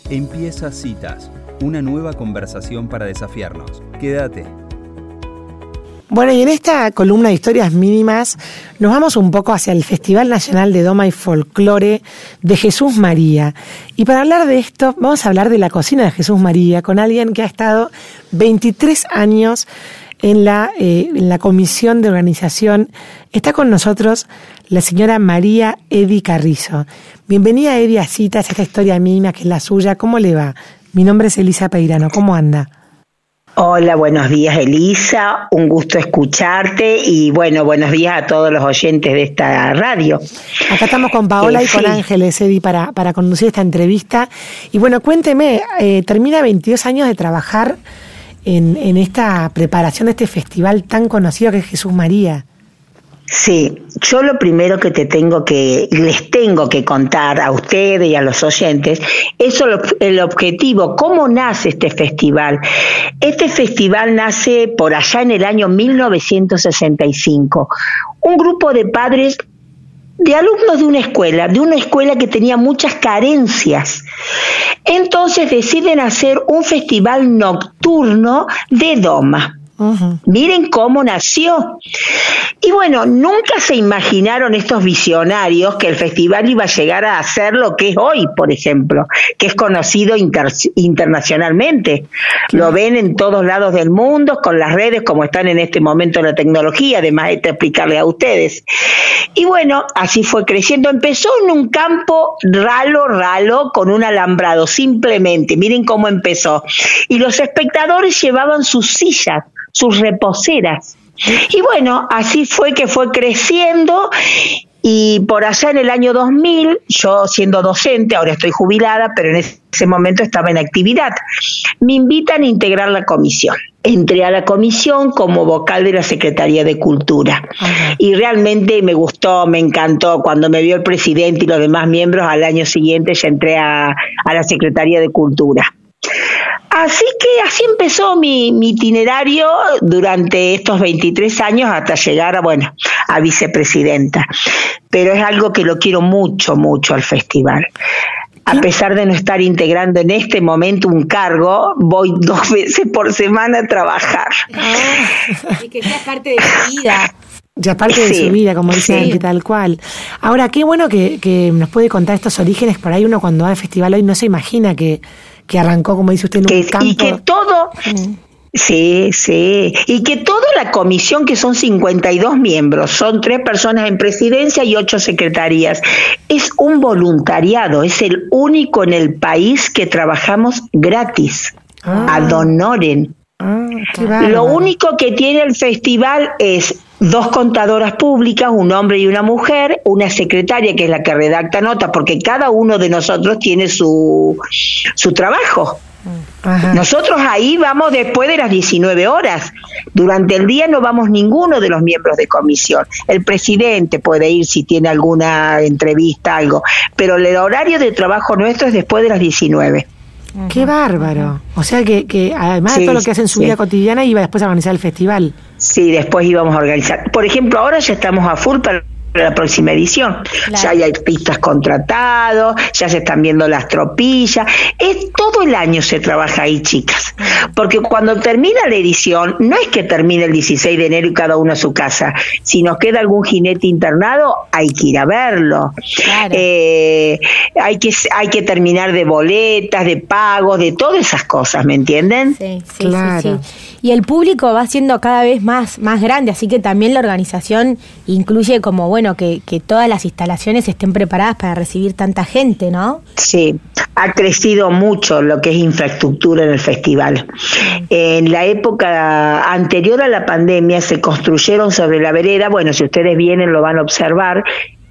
Empieza Citas, una nueva conversación para desafiarnos. Quédate. Bueno, y en esta columna de historias mínimas nos vamos un poco hacia el Festival Nacional de Doma y Folclore de Jesús María. Y para hablar de esto, vamos a hablar de la cocina de Jesús María con alguien que ha estado 23 años en la comisión de organización. Está con nosotros la señora María Edi Carrizo. Bienvenida, Edi, a Citas, a esta historia mínima que es la suya. ¿Cómo le va? Mi nombre es Elisa Peirano. ¿Cómo anda? Hola, buenos días, Elisa, un gusto escucharte y bueno, buenos días a todos los oyentes de esta radio. Acá estamos con Paola y con Ángeles, Edi, para conducir esta entrevista. Y bueno, cuénteme, termina 22 años de trabajar en esta preparación de este festival tan conocido que es Jesús María. Sí, yo lo primero que les tengo que contar a ustedes y a los oyentes es el objetivo, cómo nace este festival. Este festival nace por allá en el año 1965. Un grupo de padres, de alumnos de una escuela que tenía muchas carencias. Entonces deciden hacer un festival nocturno de doma. Uh-huh. Miren cómo nació. Y bueno, nunca se imaginaron estos visionarios que el festival iba a llegar a ser lo que es hoy, por ejemplo, que es conocido internacionalmente. Lo ven en todos lados del mundo, con las redes, como están en este momento la tecnología, además de explicarle a ustedes. Y bueno, así fue creciendo. Empezó en un campo ralo, con un alambrado, simplemente. Miren cómo empezó. Y los espectadores llevaban sus sillas, sus reposeras. Y bueno, así fue que fue creciendo y por allá en el año 2000, yo siendo docente, ahora estoy jubilada, pero en ese momento estaba en actividad, me invitan a integrar la comisión. Entré a la comisión como vocal de la Secretaría de Cultura. Uh-huh. Y realmente me gustó, me encantó. Cuando me vio el presidente y los demás miembros, al año siguiente ya entré a la Secretaría de Cultura. Así que así empezó mi itinerario durante estos 23 años hasta llegar a vicepresidenta. Pero es algo que lo quiero mucho, mucho al festival. A pesar de no estar integrando en este momento un cargo, voy 2 veces por semana a trabajar. Y que sea parte de su vida. Ya parte de su vida, como dicen, que tal cual. Ahora, qué bueno que nos puede contar estos orígenes. Por ahí uno cuando va al festival hoy no se imagina que arrancó, como dice usted, en un campo. Y que todo... Sí, y que toda la comisión, que son 52 miembros, son 3 personas en presidencia y 8 secretarías, es un voluntariado, es el único en el país que trabajamos gratis, ad honorem. Lo único que tiene el festival es 2 contadoras públicas, un hombre y una mujer, una secretaria que es la que redacta notas, porque cada uno de nosotros tiene su trabajo. Ajá. Nosotros ahí vamos después de las 19 horas. Durante el día no vamos ninguno de los miembros de comisión. El presidente puede ir si tiene alguna entrevista, algo, pero el horario de trabajo nuestro es después de las 19. ¡Qué bárbaro! O sea que además de todo lo que hace en su vida cotidiana, iba después a organizar el festival. Sí, después íbamos a organizar. Por ejemplo, ahora ya estamos a full para la próxima edición. Claro. Ya hay artistas contratados, ya se están viendo las tropillas. Todo el año se trabaja ahí, chicas. Porque cuando termina la edición, no es que termine el 16 de enero y cada uno a su casa. Si nos queda algún jinete internado, hay que ir a verlo. Claro. Hay que terminar de boletas, de pagos, de todas esas cosas, ¿me entienden? Sí, claro. Sí. Y el público va siendo cada vez más grande, así que también la organización incluye como, que todas las instalaciones estén preparadas para recibir tanta gente, ¿no? Sí, ha crecido mucho lo que es infraestructura en el festival. En la época anterior a la pandemia se construyeron sobre la vereda, si ustedes vienen lo van a observar,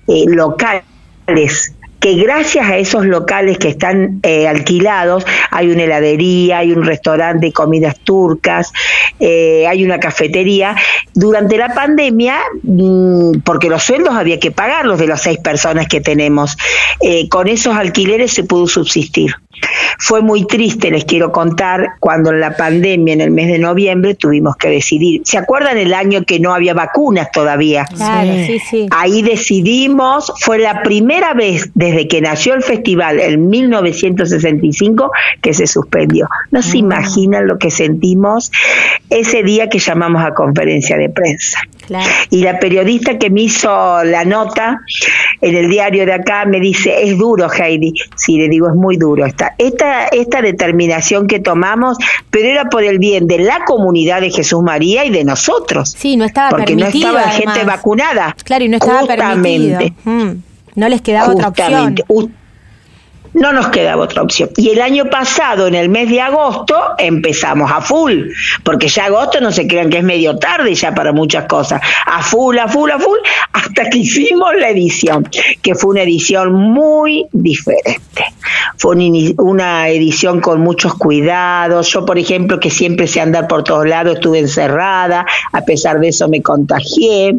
locales, que gracias a esos locales que están alquilados, hay una heladería, hay un restaurante de comidas turcas, hay una cafetería. Durante la pandemia, porque los sueldos había que pagarlos de las 6 personas que tenemos, con esos alquileres se pudo subsistir. Fue muy triste, les quiero contar, cuando en la pandemia, en el mes de noviembre, tuvimos que decidir. ¿Se acuerdan el año que no había vacunas todavía? Claro, sí. Ahí decidimos, fue la primera vez desde que nació el festival, en 1965, que se suspendió. No se imaginan lo que sentimos ese día que llamamos a conferencia de prensa. Claro. Y la periodista que me hizo la nota en el diario de acá me dice, es duro, Heidi. Sí, le digo, es muy duro esta determinación que tomamos, pero era por el bien de la comunidad de Jesús María y de nosotros. Sí, no estaba porque permitido, no estaba además. gente vacunada. Claro, y no estaba permitido. No les quedaba otra opción. No nos quedaba otra opción. Y el año pasado, en el mes de agosto, empezamos a full, porque ya agosto no se crean que es medio tarde ya para muchas cosas. A full, hasta que hicimos la edición, que fue una edición muy diferente. Fue una edición con muchos cuidados. Yo, por ejemplo, que siempre sé andar por todos lados, estuve encerrada, a pesar de eso me contagié.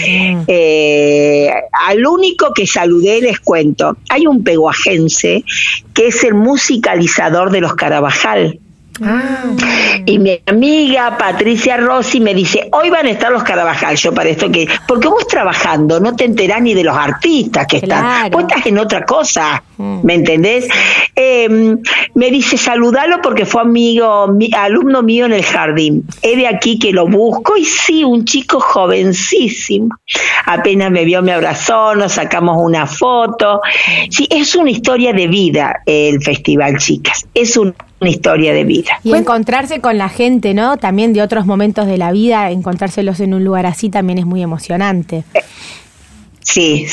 Al único que saludé, les cuento, hay un peguajense que es el musicalizador de los Carabajal. Y mi amiga Patricia Rossi me dice, hoy van a estar los Carabajal. Yo para esto que, porque vos trabajando no te enterás ni de los artistas que están, vos estás en otra cosa, ¿me entendés? Me dice, saludalo porque fue alumno mío en el jardín. Es de aquí que lo busco, y sí, un chico jovencísimo. Apenas me vio, me abrazó, nos sacamos una foto. Sí, es una historia de vida el festival, chicas. Es una historia de vida. Y encontrarse con la gente, ¿no? También de otros momentos de la vida, encontrárselos en un lugar así también es muy emocionante. Sí.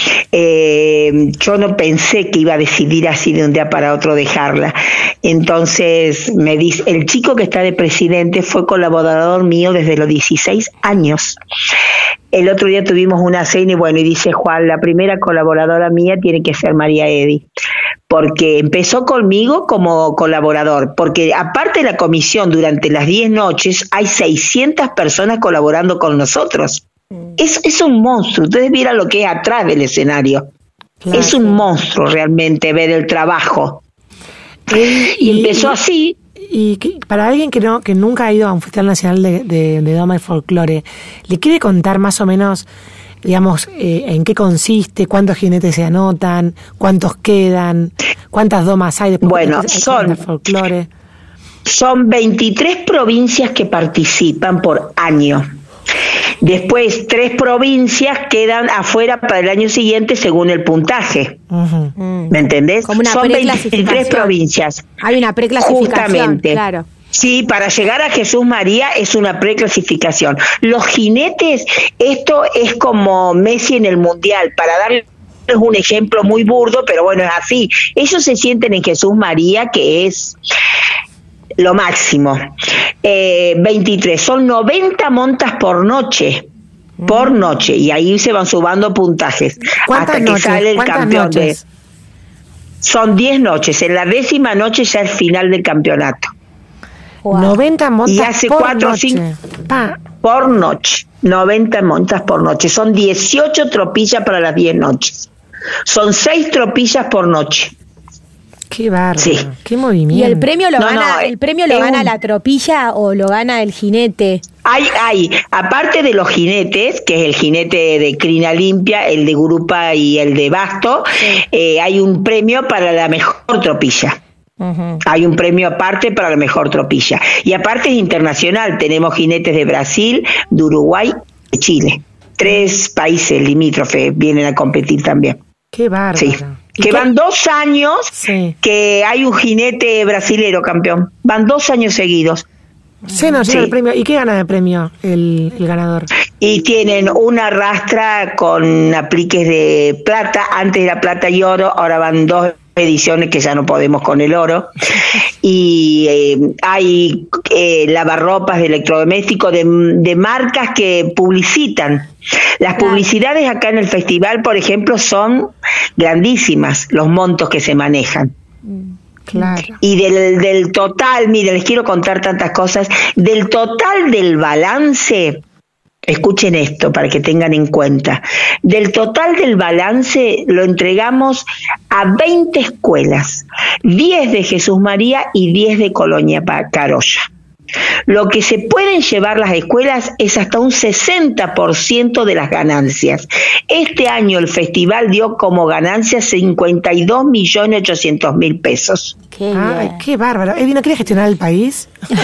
Yo no pensé que iba a decidir así de un día para otro dejarla. Entonces me dice, el chico que está de presidente fue colaborador mío desde los 16 años. El otro día tuvimos una cena y dice Juan, la primera colaboradora mía tiene que ser María Edi, porque empezó conmigo como colaborador, porque aparte de la comisión, durante las 10 noches hay 600 personas colaborando con nosotros. Es un monstruo. Ustedes vieran lo que es atrás del escenario. Claro, es un monstruo realmente ver el trabajo. Y empezó así. Y para alguien que nunca ha ido a un Festival Nacional de Doma y Folclore, ¿le quiere contar más o menos, digamos, en qué consiste, cuántos jinetes se anotan, cuántos quedan, cuántas domas hay? Son 23 provincias que participan por año. Después 3 provincias quedan afuera para el año siguiente según el puntaje. ¿Me entendés? Como una son 23 provincias. Hay una preclasificación. Justamente. Claro. Sí, para llegar a Jesús María es una preclasificación. Los jinetes, esto es como Messi en el Mundial, para darles un ejemplo muy burdo, pero bueno, es así. Ellos se sienten en Jesús María, que es lo máximo. 23, son 90 montas por noche, y ahí se van sumando puntajes hasta que sale el campeón. Son 10 noches, en la 10ª noche ya es final del campeonato. Wow. 90 montas y hace por 4 o 5 por noche, 90 montas por noche, son 18 tropillas para las 10 noches, son 6 tropillas por noche. Qué bárbaro, sí. Qué movimiento. ¿Y el premio lo gana la tropilla o lo gana el jinete? Hay, aparte de los jinetes, que es el jinete de Crina Limpia, el de Gurupa y el de Basto, hay un premio para la mejor tropilla. Hay un premio aparte para la mejor tropilla. Y aparte es internacional, tenemos jinetes de Brasil, de Uruguay y de Chile. 3 países limítrofes vienen a competir también. Qué bárbaro. Sí. Que van 2 años que hay un jinete brasilero campeón. Van 2 años seguidos. El premio. ¿Y qué gana de premio el ganador? Y tienen una rastra con apliques de plata. Antes era plata y oro, ahora van 2 ediciones que ya no podemos con el oro. Y hay lavarropas de electrodomésticos de marcas que publicitan. Las publicidades acá en el festival, por ejemplo, son grandísimas, los montos que se manejan. Claro. Y del total, mire, les quiero contar tantas cosas, del total del balance, escuchen esto para que tengan en cuenta, del total del balance lo entregamos a 20 escuelas, 10 de Jesús María y 10 de Colonia Carolla. Lo que se pueden llevar las escuelas es hasta un 60% de las ganancias. Este año el festival dio como ganancia 52.800.000 pesos. Ay, qué bárbaro. Evi, ¿no quiere gestionar el país?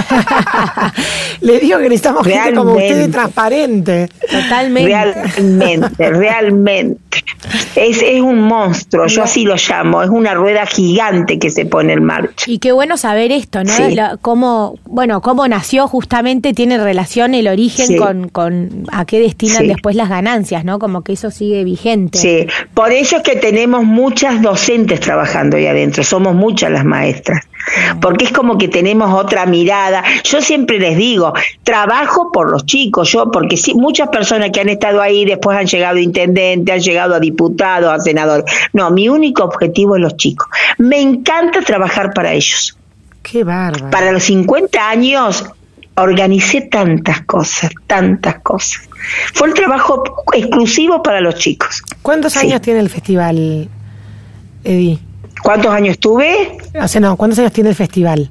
Le digo que necesitamos gente como usted transparente. Totalmente. Realmente. Es un monstruo, yo así lo llamo, es una rueda gigante que se pone en marcha. Y qué bueno saber esto, ¿no? Sí. Cómo nació justamente, tiene relación el origen Sí. con a qué destinan Sí. después las ganancias, ¿no? Como que eso sigue vigente. Sí, por eso es que tenemos muchas docentes trabajando ahí adentro, somos muchas las maestras, porque es como que tenemos otra mirada. Yo siempre les digo, trabajo por los chicos, porque sí, muchas personas que han estado ahí después han llegado a intendente, han llegado a diputados, a senadores. No, mi único objetivo es los chicos. Me encanta trabajar para ellos. Qué bárbaro. Para los 50 años organicé tantas cosas. Fue el trabajo exclusivo para los chicos. ¿Cuántos años tiene el festival, Evi? ¿Cuántos años tuve? O sea, no, ¿cuántos años tiene el festival?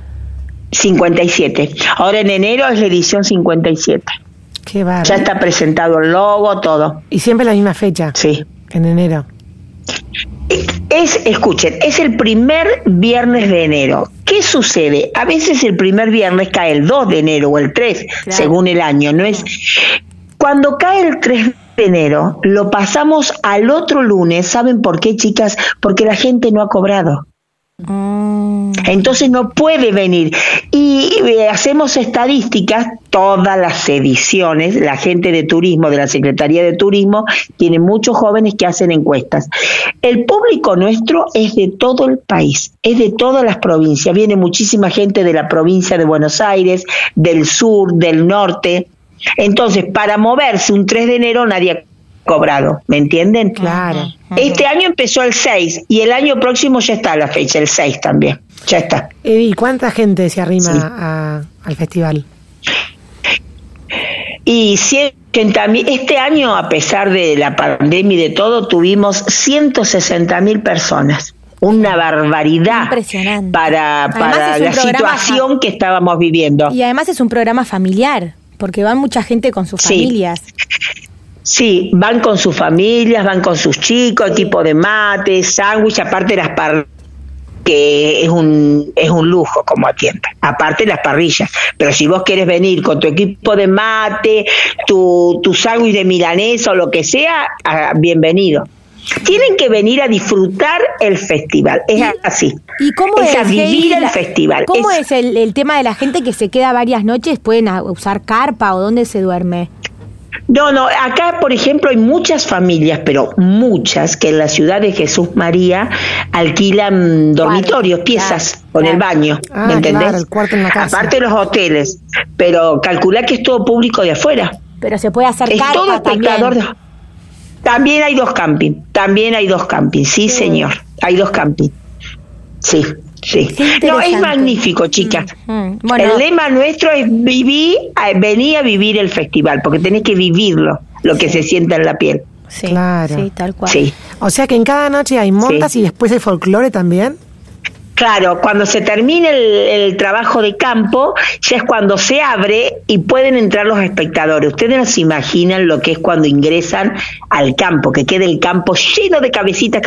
57. Ahora en enero es la edición 57. Qué bárbaro. Ya está presentado el logo, todo. ¿Y siempre la misma fecha? Sí. En enero. Escuchen, es el primer viernes de enero. ¿Qué sucede? A veces el primer viernes cae el 2 de enero o el 3, Claro. según el año. No es. Cuando cae el 3 de enero, lo pasamos al otro lunes. ¿Saben por qué, chicas? Porque la gente no ha cobrado. Entonces no puede venir. Y hacemos estadísticas, todas las ediciones, la gente de turismo, de la Secretaría de Turismo, tiene muchos jóvenes que hacen encuestas. El público nuestro es de todo el país, es de todas las provincias. Viene muchísima gente de la provincia de Buenos Aires, del sur, del norte. Entonces, para moverse un 3 de enero nadie ha cobrado, ¿me entienden? Claro. Este año empezó el 6 y el año próximo ya está la fecha, el 6 también, ya está. Evi, ¿cuánta gente se arrima Sí. al festival? Y 180.000, este año, a pesar de la pandemia y de todo, tuvimos 160.000 personas. Una barbaridad. Impresionante. para Además, es un la programa situación que estábamos viviendo. Y además es un programa familiar, porque van mucha gente con sus Sí. familias. Sí, van con sus familias, van con sus chicos, equipo de mate, sándwich, aparte de las parrillas, que es un lujo como atienden, aparte de las parrillas. Pero si vos querés venir con tu equipo de mate, tu sándwich de milanesa o lo que sea, bienvenido. Tienen que venir a disfrutar el festival, es así. ¿Y cómo es es a vivir el festival. ¿Cómo es el tema de la gente que se queda varias noches? ¿Pueden usar carpa o dónde se duerme? No, acá por ejemplo hay muchas familias, pero muchas, que en la ciudad de Jesús María alquilan dormitorios, piezas con el baño, ¿me entendés? Claro, el cuarto en la casa. Aparte de los hoteles, pero calculá que es todo público de afuera. Pero se puede hacer Es carpa todo espectador. también. También hay dos campings, sí señor, hay dos campings, sí. Qué No, es interesante. magnífico, chicas. Bueno, El lema nuestro es vení a vivir el festival, porque tenés que vivirlo, lo que se sienta en la piel. sí, Claro. sí, tal cual. Sí. O sea que en cada noche hay montas y después hay folclore también. Claro, cuando se termine el trabajo de campo, ya es cuando se abre y pueden entrar los espectadores. Ustedes no se imaginan lo que es cuando ingresan al campo, que quede el campo lleno de cabecitas.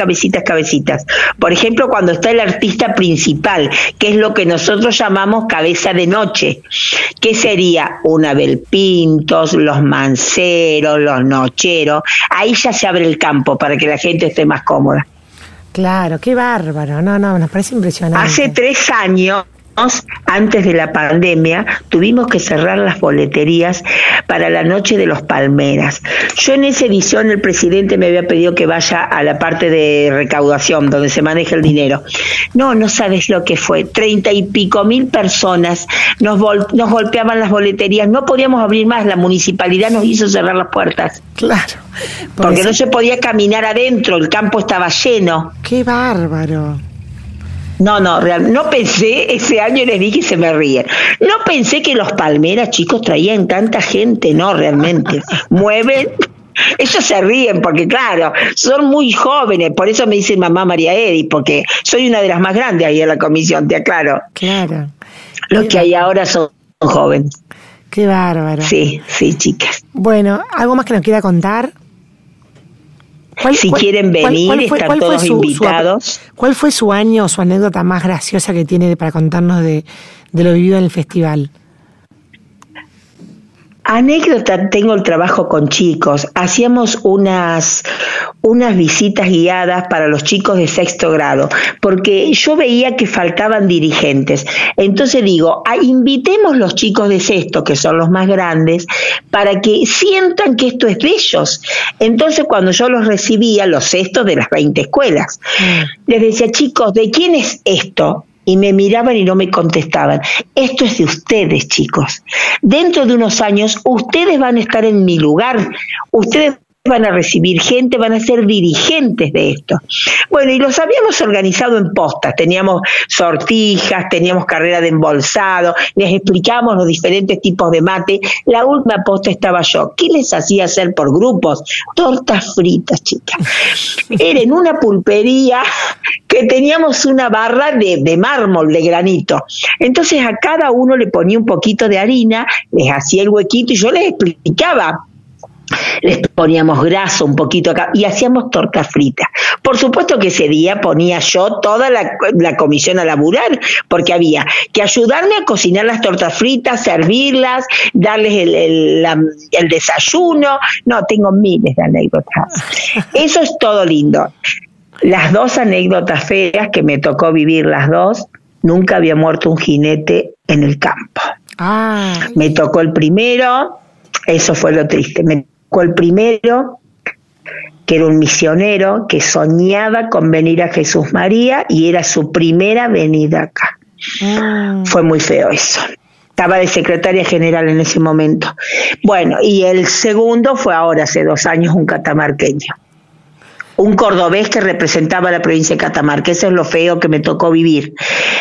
Por ejemplo, cuando está el artista principal, que es lo que nosotros llamamos cabeza de noche, que sería una Abel Pintos, los manceros, los nocheros. Ahí ya se abre el campo para que la gente esté más cómoda. Claro, qué bárbaro. No, nos parece impresionante. Hace 3 años, antes de la pandemia, tuvimos que cerrar las boleterías para la Noche de los Palmeras. Yo en esa edición el presidente me había pedido que vaya a la parte de recaudación, donde se maneja el dinero. No sabes lo que fue. 30 y pico mil personas nos golpeaban las boleterías. No podíamos abrir más. La municipalidad nos hizo cerrar las puertas. Claro. Porque no se podía caminar adentro. El campo estaba lleno. Qué bárbaro. No pensé, ese año les dije y se me ríen. No pensé que los Palmeras, chicos, traían tanta gente, no, realmente. Mueven. Ellos se ríen porque, claro, son muy jóvenes, por eso me dicen mamá María Edi, porque soy una de las más grandes ahí en la comisión, te aclaro. Claro. Los que hay ahora son jóvenes. Qué bárbaro. Sí, chicas. Bueno, ¿algo más que nos quiera contar? Si quieren venir, están todos invitados. ¿Cuál fue su año o su anécdota más graciosa que tiene para contarnos de lo vivido en el festival? Anécdota, tengo el trabajo con chicos. Hacíamos unas visitas guiadas para los chicos de 6º grado, porque yo veía que faltaban dirigentes. Entonces digo, invitemos los chicos de 6º, que son los más grandes, para que sientan que esto es de ellos. Entonces cuando yo los recibía, los 6º de las 20 escuelas, les decía, chicos, ¿de quién es esto? Y me miraban y no me contestaban. Esto es de ustedes, chicos. Dentro de unos años, ustedes van a estar en mi lugar. Ustedes van a recibir gente, van a ser dirigentes de esto. Bueno, y los habíamos organizado en postas. Teníamos sortijas, teníamos carrera de embolsado, les explicábamos los diferentes tipos de mate. La última posta estaba yo. ¿Qué les hacía hacer por grupos? Tortas fritas, chicas. Era en una pulpería que teníamos una barra de mármol, de granito. Entonces a cada uno le ponía un poquito de harina, les hacía el huequito y yo les explicaba. Les poníamos grasa un poquito acá y hacíamos tortas fritas. Por supuesto que ese día ponía yo toda la comisión a laburar, porque había que ayudarme a cocinar las tortas fritas, servirlas, darles el desayuno. No, tengo miles de anécdotas. Eso es todo lindo. Las 2 anécdotas feas que me tocó vivir las 2, nunca había muerto un jinete en el campo. Me tocó el primero, eso fue lo triste, me tocó el primero, que era un misionero que soñaba con venir a Jesús María y era su primera venida acá. Fue muy feo eso. Estaba de secretaria general en ese momento. Bueno, y el segundo fue ahora, hace 2 años, un catamarqueño. Un cordobés que representaba a la provincia de Catamarca. Eso es lo feo que me tocó vivir.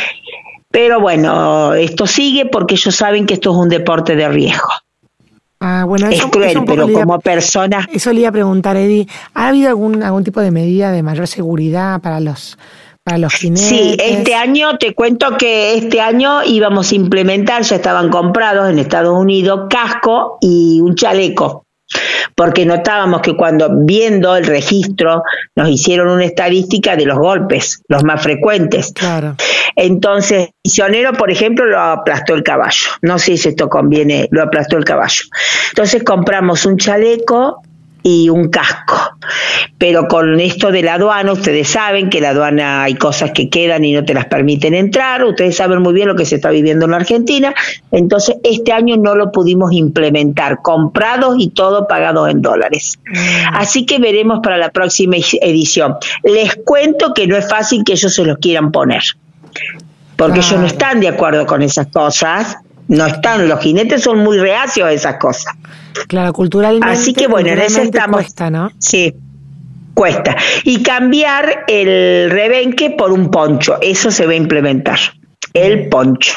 Pero bueno, esto sigue porque ellos saben que esto es un deporte de riesgo. Bueno, es cruel, pero como persona... Eso le iba a preguntar, Edi, ¿ha habido algún tipo de medida de mayor seguridad para los jinetes? Sí, este año, te cuento que este año íbamos a implementar, ya estaban comprados en Estados Unidos, casco y un chaleco. Porque notábamos que cuando viendo el registro nos hicieron una estadística de los golpes, los más frecuentes. Claro. Entonces, Misionero, por ejemplo, lo aplastó el caballo. No sé si esto conviene, lo aplastó el caballo. Entonces compramos un chaleco y un casco. Pero con esto de la aduana, ustedes saben que la aduana hay cosas que quedan y no te las permiten entrar, ustedes saben muy bien lo que se está viviendo en la Argentina, entonces este año no lo pudimos implementar, comprados y todo pagados en dólares. Así que veremos para la próxima edición. Les cuento que no es fácil que ellos se los quieran poner, porque ellos no están de acuerdo con esas cosas, no están, los jinetes son muy reacios a esas cosas. Claro, culturalmente. Así que bueno, en eso estamos. Cuesta, ¿no? Sí, cuesta. Y cambiar el rebenque por un poncho, eso se va a implementar. El poncho.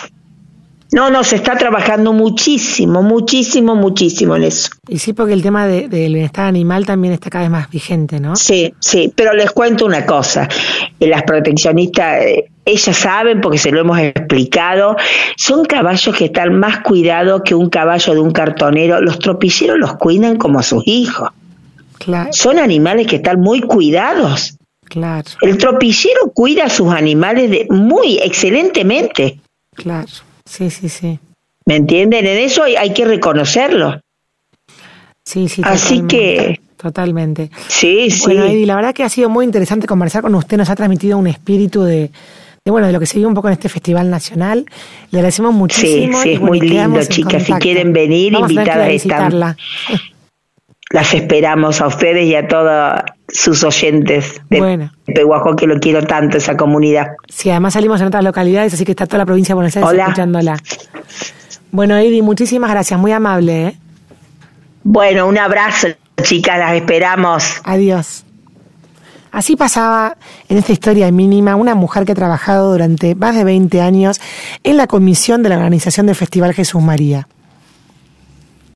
No, se está trabajando muchísimo en eso. Y sí, porque el tema del bienestar animal también está cada vez más vigente, ¿no? Sí, pero les cuento una cosa. Las proteccionistas, ellas saben, porque se lo hemos explicado, son caballos que están más cuidados que un caballo de un cartonero. Los tropilleros los cuidan como a sus hijos. Claro. Son animales que están muy cuidados. Claro. El tropillero cuida a sus animales muy excelentemente. Claro. Sí. ¿Me entienden? En eso hay que reconocerlo. Sí. Así que... Totalmente. Sí. Bueno, Edi, la verdad que ha sido muy interesante conversar con usted, nos ha transmitido un espíritu de lo que se vive un poco en este Festival Nacional. Le agradecemos muchísimo. Sí, es muy lindo, chicas. Si quieren venir, invitadas están. Las esperamos a ustedes y a todos sus oyentes de Pehuajó, que lo quiero tanto, esa comunidad. Sí, además salimos en otras localidades, así que está toda la provincia de Buenos Aires escuchándola. Bueno, Edi, muchísimas gracias, muy amable. Bueno, un abrazo, chicas, las esperamos. Adiós. Así pasaba en esta historia mínima una mujer que ha trabajado durante más de 20 años en la comisión de la organización del Festival Jesús María.